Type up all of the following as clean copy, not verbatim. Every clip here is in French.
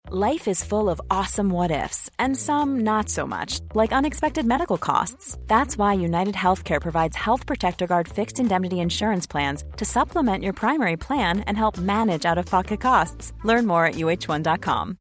Life is full of awesome what-ifs, and some not so much, like unexpected medical costs. That's why United Healthcare provides Health Protector Guard fixed indemnity insurance plans to supplement your primary plan and help manage out-of-pocket costs. Learn more at uh1.com.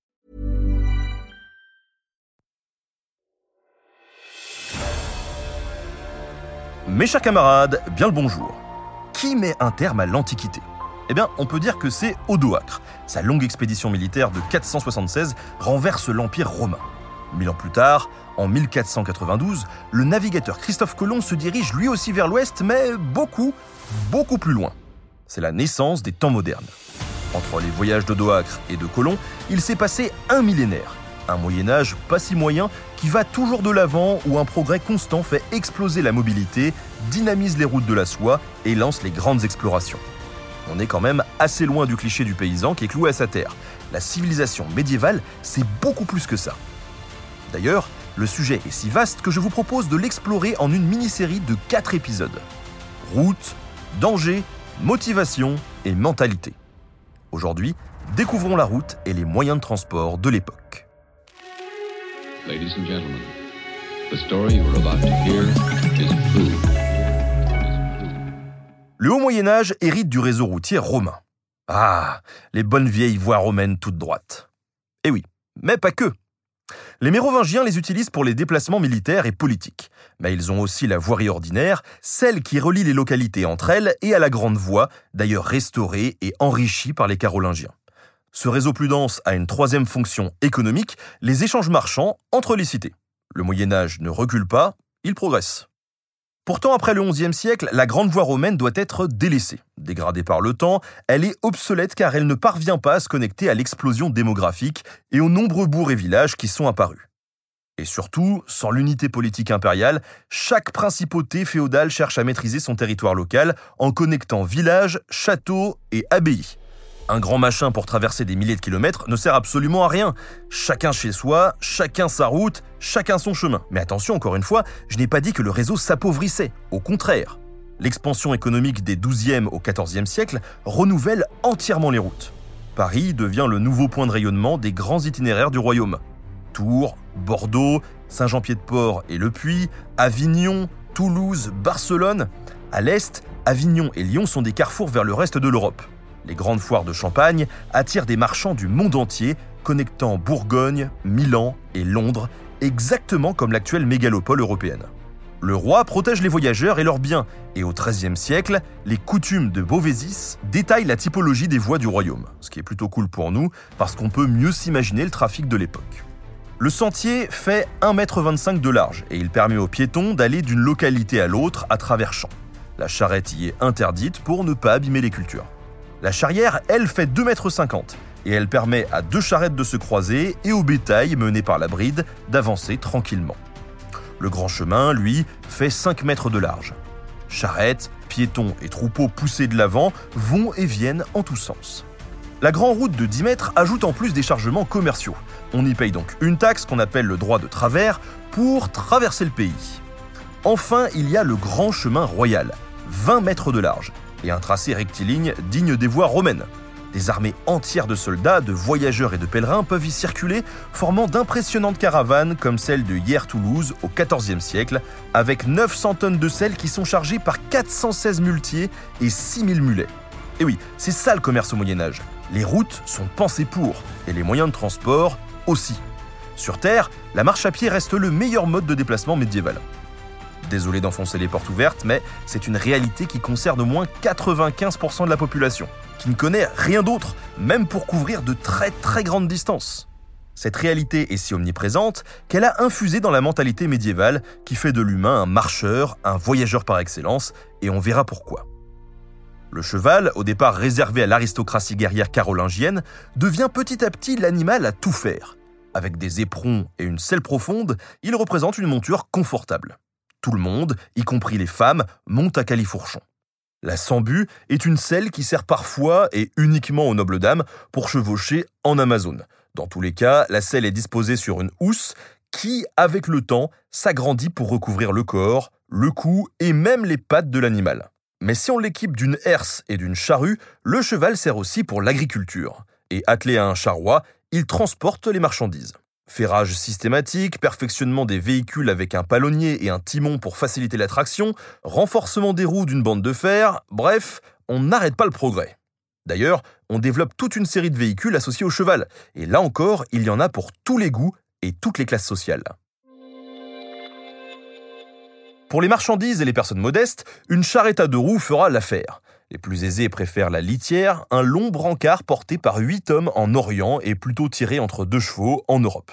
Mes chers camarades, bien le bonjour. Qui met un terme à l'Antiquité ? Eh bien, on peut dire que c'est Odoacre. Sa longue expédition militaire de 476 renverse l'Empire romain. 1000 ans plus tard, en 1492, le navigateur Christophe Colomb se dirige lui aussi vers l'ouest, mais beaucoup plus loin. C'est la naissance des temps modernes. Entre les voyages d'Odoacre et de Colomb, il s'est passé un millénaire. Un Moyen-Âge pas si moyen qui va toujours de l'avant, où un progrès constant fait exploser la mobilité, dynamise les routes de la soie et lance les grandes explorations. On est quand même assez loin du cliché du paysan qui est cloué à sa terre. La civilisation médiévale, c'est beaucoup plus que ça. D'ailleurs, le sujet est si vaste que je vous propose de l'explorer en une mini-série de 4 épisodes. Route, danger, motivation et mentalité. Aujourd'hui, découvrons la route et les moyens de transport de l'époque. Ladies and gentlemen, the story you are about to hear is true. Le Haut Moyen-Âge hérite du réseau routier romain. Ah, les bonnes vieilles voies romaines toutes droites. Eh oui, mais pas que. Les Mérovingiens les utilisent pour les déplacements militaires et politiques. Mais ils ont aussi la voirie ordinaire, celle qui relie les localités entre elles et à la grande voie, d'ailleurs restaurée et enrichie par les Carolingiens. Ce réseau plus dense a une troisième fonction économique, les échanges marchands entre les cités. Le Moyen-Âge ne recule pas, il progresse. Pourtant, après le XIe siècle, la grande voie romaine doit être délaissée. Dégradée par le temps, elle est obsolète car elle ne parvient pas à se connecter à l'explosion démographique et aux nombreux bourgs et villages qui sont apparus. Et surtout, sans l'unité politique impériale, chaque principauté féodale cherche à maîtriser son territoire local en connectant villages, châteaux et abbayes. Un grand machin pour traverser des milliers de kilomètres ne sert absolument à rien. Chacun chez soi, chacun sa route, chacun son chemin. Mais attention, encore une fois, je n'ai pas dit que le réseau s'appauvrissait. Au contraire. L'expansion économique des XIIe au XIVe siècle renouvelle entièrement les routes. Paris devient le nouveau point de rayonnement des grands itinéraires du royaume. Tours, Bordeaux, Saint-Jean-Pied-de-Port et Le Puy, Avignon, Toulouse, Barcelone. À l'est, Avignon et Lyon sont des carrefours vers le reste de l'Europe. Les grandes foires de Champagne attirent des marchands du monde entier, connectant Bourgogne, Milan et Londres, exactement comme l'actuelle mégalopole européenne. Le roi protège les voyageurs et leurs biens, et au XIIIe siècle, les coutumes de Beauvaisis détaillent la typologie des voies du royaume, ce qui est plutôt cool pour nous, parce qu'on peut mieux s'imaginer le trafic de l'époque. Le sentier fait 1,25 m de large, et il permet aux piétons d'aller d'une localité à l'autre à travers champs. La charrette y est interdite pour ne pas abîmer les cultures. La charrière, elle, fait 2,50 m et elle permet à 2 charrettes de se croiser et au bétail mené par la bride d'avancer tranquillement. Le grand chemin, lui, fait 5 mètres de large. Charrettes, piétons et troupeaux poussés de l'avant vont et viennent en tous sens. La grande route de 10 mètres ajoute en plus des chargements commerciaux. On y paye donc une taxe qu'on appelle le droit de travers pour traverser le pays. Enfin, il y a le grand chemin royal, 20 mètres de large, et un tracé rectiligne digne des voies romaines. Des armées entières de soldats, de voyageurs et de pèlerins peuvent y circuler, formant d'impressionnantes caravanes comme celle de Hyères-Toulouse au XIVe siècle, avec 900 tonnes de sel qui sont chargées par 416 muletiers et 6000 mulets. Et oui, c'est ça le commerce au Moyen-Âge. Les routes sont pensées pour, et les moyens de transport aussi. Sur Terre, la marche à pied reste le meilleur mode de déplacement médiéval. Désolé d'enfoncer les portes ouvertes, mais c'est une réalité qui concerne au moins 95% de la population, qui ne connaît rien d'autre, même pour couvrir de très très grandes distances. Cette réalité est si omniprésente qu'elle a infusé dans la mentalité médiévale qui fait de l'humain un marcheur, un voyageur par excellence, et on verra pourquoi. Le cheval, au départ réservé à l'aristocratie guerrière carolingienne, devient petit à petit l'animal à tout faire. Avec des éperons et une selle profonde, il représente une monture confortable. Tout le monde, y compris les femmes, monte à califourchon. La sambu est une selle qui sert parfois et uniquement aux nobles dames pour chevaucher en Amazone. Dans tous les cas, la selle est disposée sur une housse qui, avec le temps, s'agrandit pour recouvrir le corps, le cou et même les pattes de l'animal. Mais si on l'équipe d'une herse et d'une charrue, le cheval sert aussi pour l'agriculture. Et attelé à un charroi, ils transportent les marchandises. Ferrage systématique, perfectionnement des véhicules avec un palonnier et un timon pour faciliter la traction, renforcement des roues d'une bande de fer, bref, on n'arrête pas le progrès. D'ailleurs, on développe toute une série de véhicules associés au cheval, et là encore, il y en a pour tous les goûts et toutes les classes sociales. Pour les marchandises et les personnes modestes, une charrette à 2 roues fera l'affaire. Les plus aisés préfèrent la litière, un long brancard porté par 8 hommes en Orient et plutôt tiré entre 2 chevaux en Europe.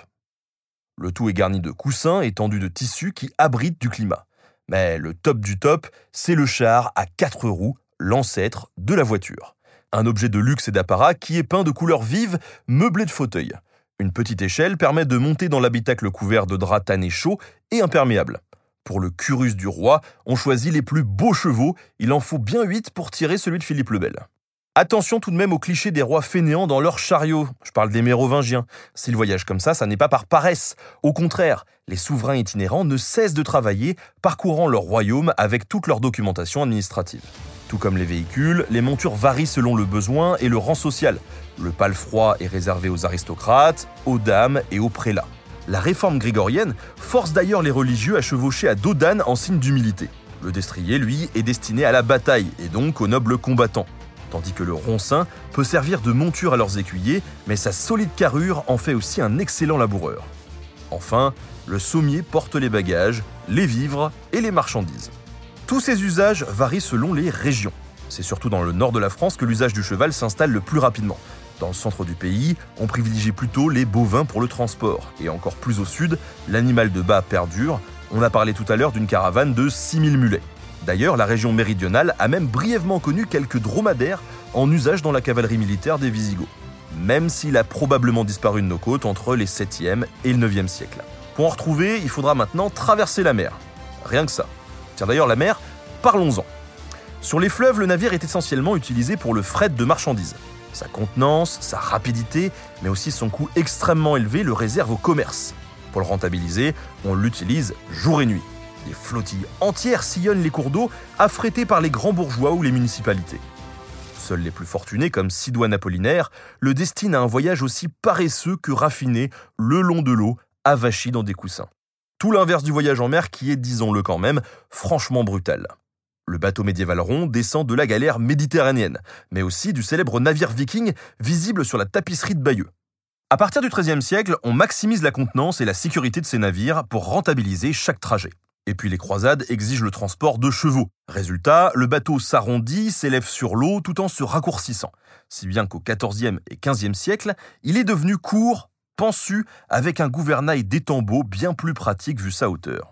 Le tout est garni de coussins et tendu de tissu qui abritent du climat. Mais le top du top, c'est le char à 4 roues, l'ancêtre de la voiture. Un objet de luxe et d'apparat qui est peint de couleurs vives, meublé de fauteuils. Une petite échelle permet de monter dans l'habitacle couvert de draps tannés chauds et imperméables. Pour le curus du roi, on choisit les plus beaux chevaux, il en faut bien 8 pour tirer celui de Philippe le Bel. Attention tout de même au cliché des rois fainéants dans leurs chariots, je parle des mérovingiens. S'ils voyagent comme ça n'est pas par paresse. Au contraire, les souverains itinérants ne cessent de travailler, parcourant leur royaume avec toute leur documentation administrative. Tout comme les véhicules, les montures varient selon le besoin et le rang social. Le palefroid est réservé aux aristocrates, aux dames et aux prélats. La réforme grégorienne force d'ailleurs les religieux à chevaucher à dos d'âne en signe d'humilité. Le destrier, lui, est destiné à la bataille et donc aux nobles combattants. Tandis que le roncin peut servir de monture à leurs écuyers, mais sa solide carrure en fait aussi un excellent laboureur. Enfin, le sommier porte les bagages, les vivres et les marchandises. Tous ces usages varient selon les régions. C'est surtout dans le nord de la France que l'usage du cheval s'installe le plus rapidement. Dans le centre du pays, on privilégie plutôt les bovins pour le transport. Et encore plus au sud, l'animal de bas perdure. On a parlé tout à l'heure d'une caravane de 6000 mulets. D'ailleurs, la région méridionale a même brièvement connu quelques dromadaires en usage dans la cavalerie militaire des Visigoths. Même s'il a probablement disparu de nos côtes entre les 7e et le 9e siècles. Pour en retrouver, il faudra maintenant traverser la mer. Rien que ça. Tiens d'ailleurs, la mer, parlons-en. Sur les fleuves, le navire est essentiellement utilisé pour le fret de marchandises. Sa contenance, sa rapidité, mais aussi son coût extrêmement élevé le réserve au commerce. Pour le rentabiliser, on l'utilise jour et nuit. Des flottilles entières sillonnent les cours d'eau, affrétés par les grands bourgeois ou les municipalités. Seuls les plus fortunés, comme Sidoine Apollinaire, le destinent à un voyage aussi paresseux que raffiné, le long de l'eau, avachi dans des coussins. Tout l'inverse du voyage en mer qui est, disons-le quand même, franchement brutal. Le bateau médiéval rond descend de la galère méditerranéenne, mais aussi du célèbre navire viking visible sur la tapisserie de Bayeux. À partir du XIIIe siècle, on maximise la contenance et la sécurité de ces navires pour rentabiliser chaque trajet. Et puis les croisades exigent le transport de chevaux. Résultat, le bateau s'arrondit, s'élève sur l'eau tout en se raccourcissant. Si bien qu'au XIVe et XVe siècle, il est devenu court, pensu, avec un gouvernail d'étambot bien plus pratique vu sa hauteur.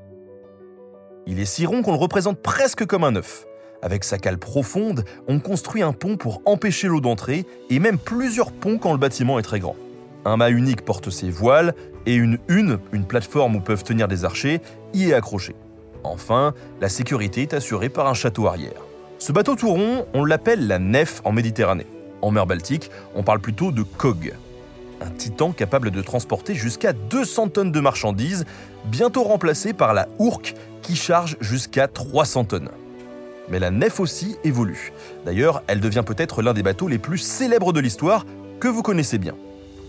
Il est si rond qu'on le représente presque comme un œuf. Avec sa cale profonde, on construit un pont pour empêcher l'eau d'entrer, et même plusieurs ponts quand le bâtiment est très grand. Un mât unique porte ses voiles, et une plateforme où peuvent tenir des archers, y est accrochée. Enfin, la sécurité est assurée par un château arrière. Ce bateau tout rond, on l'appelle la nef en Méditerranée. En mer Baltique, on parle plutôt de cogue. Un titan capable de transporter jusqu'à 200 tonnes de marchandises, bientôt remplacé par la hourque qui charge jusqu'à 300 tonnes. Mais la nef aussi évolue. D'ailleurs, elle devient peut-être l'un des bateaux les plus célèbres de l'histoire, que vous connaissez bien.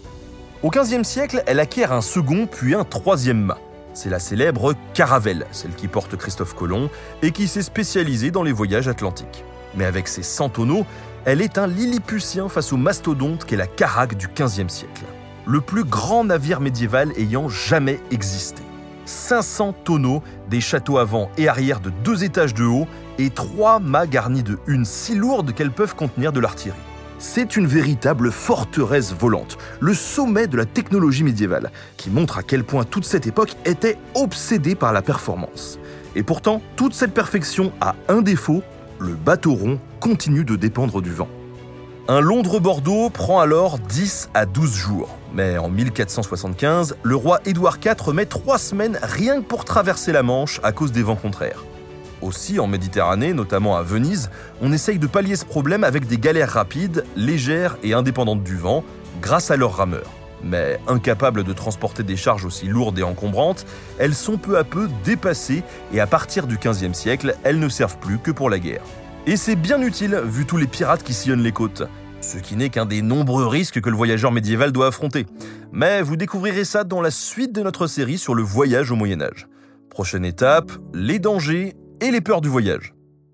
Au XVe siècle, elle acquiert un second puis un troisième mât. C'est la célèbre caravelle, celle qui porte Christophe Colomb, et qui s'est spécialisée dans les voyages atlantiques. Mais avec ses 100 tonneaux, elle est un lilliputien face au mastodonte qu'est la caraque du XVe siècle. Le plus grand navire médiéval ayant jamais existé. 500 tonneaux, des châteaux avant et arrière de 2 étages de haut et 3 mâts garnis de hunes si lourdes qu'elles peuvent contenir de l'artillerie. C'est une véritable forteresse volante, le sommet de la technologie médiévale, qui montre à quel point toute cette époque était obsédée par la performance. Et pourtant, toute cette perfection a un défaut, le bateau rond continue de dépendre du vent. Un Londres-Bordeaux prend alors 10 à 12 jours. Mais en 1475, le roi Édouard IV met 3 semaines rien que pour traverser la Manche à cause des vents contraires. Aussi, en Méditerranée, notamment à Venise, on essaye de pallier ce problème avec des galères rapides, légères et indépendantes du vent, grâce à leurs rameurs. Mais incapables de transporter des charges aussi lourdes et encombrantes, elles sont peu à peu dépassées et à partir du XVe siècle, elles ne servent plus que pour la guerre. Et c'est bien utile, vu tous les pirates qui sillonnent les côtes. ce qui n'est qu'un des nombreux risques que le voyageur médiéval doit affronter. Mais vous découvrirez ça dans la suite de notre série sur le voyage au Moyen-Âge. Prochaine étape, les dangers et les peurs du voyage.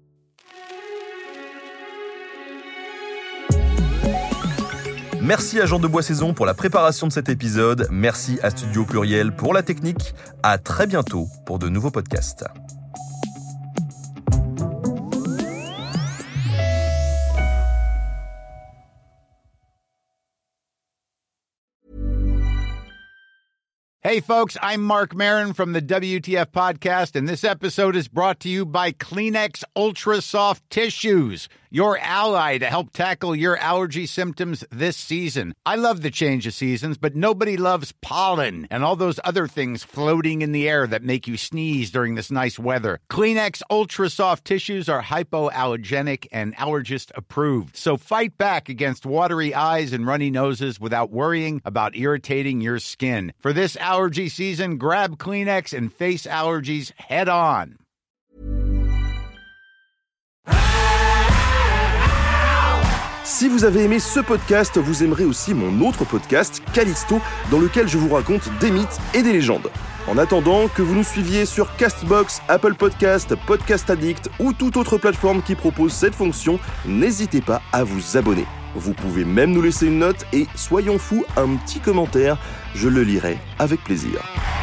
Merci à Jean de Boissaison pour la préparation de cet épisode. Merci à Studio Pluriel pour la technique. À très bientôt pour de nouveaux podcasts. Hey, folks, I'm Mark Maron from the WTF Podcast, and this episode is brought to you by Kleenex Ultra Soft Tissues, your ally to help tackle your allergy symptoms this season. I love the change of seasons, but nobody loves pollen and all those other things floating in the air that make you sneeze during this nice weather. Kleenex Ultra Soft Tissues are hypoallergenic and allergist approved, so fight back against watery eyes and runny noses without worrying about irritating your skin. For this allergy season, grab Kleenex and face allergies head on. Si vous avez aimé ce podcast, vous aimerez aussi mon autre podcast, Callisto, dans lequel je vous raconte des mythes et des légendes. En attendant que vous nous suiviez sur Castbox, Apple Podcast, Podcast Addict ou toute autre plateforme qui propose cette fonction, n'hésitez pas à vous abonner. Vous pouvez même nous laisser une note et, soyons fous, un petit commentaire, je le lirai avec plaisir.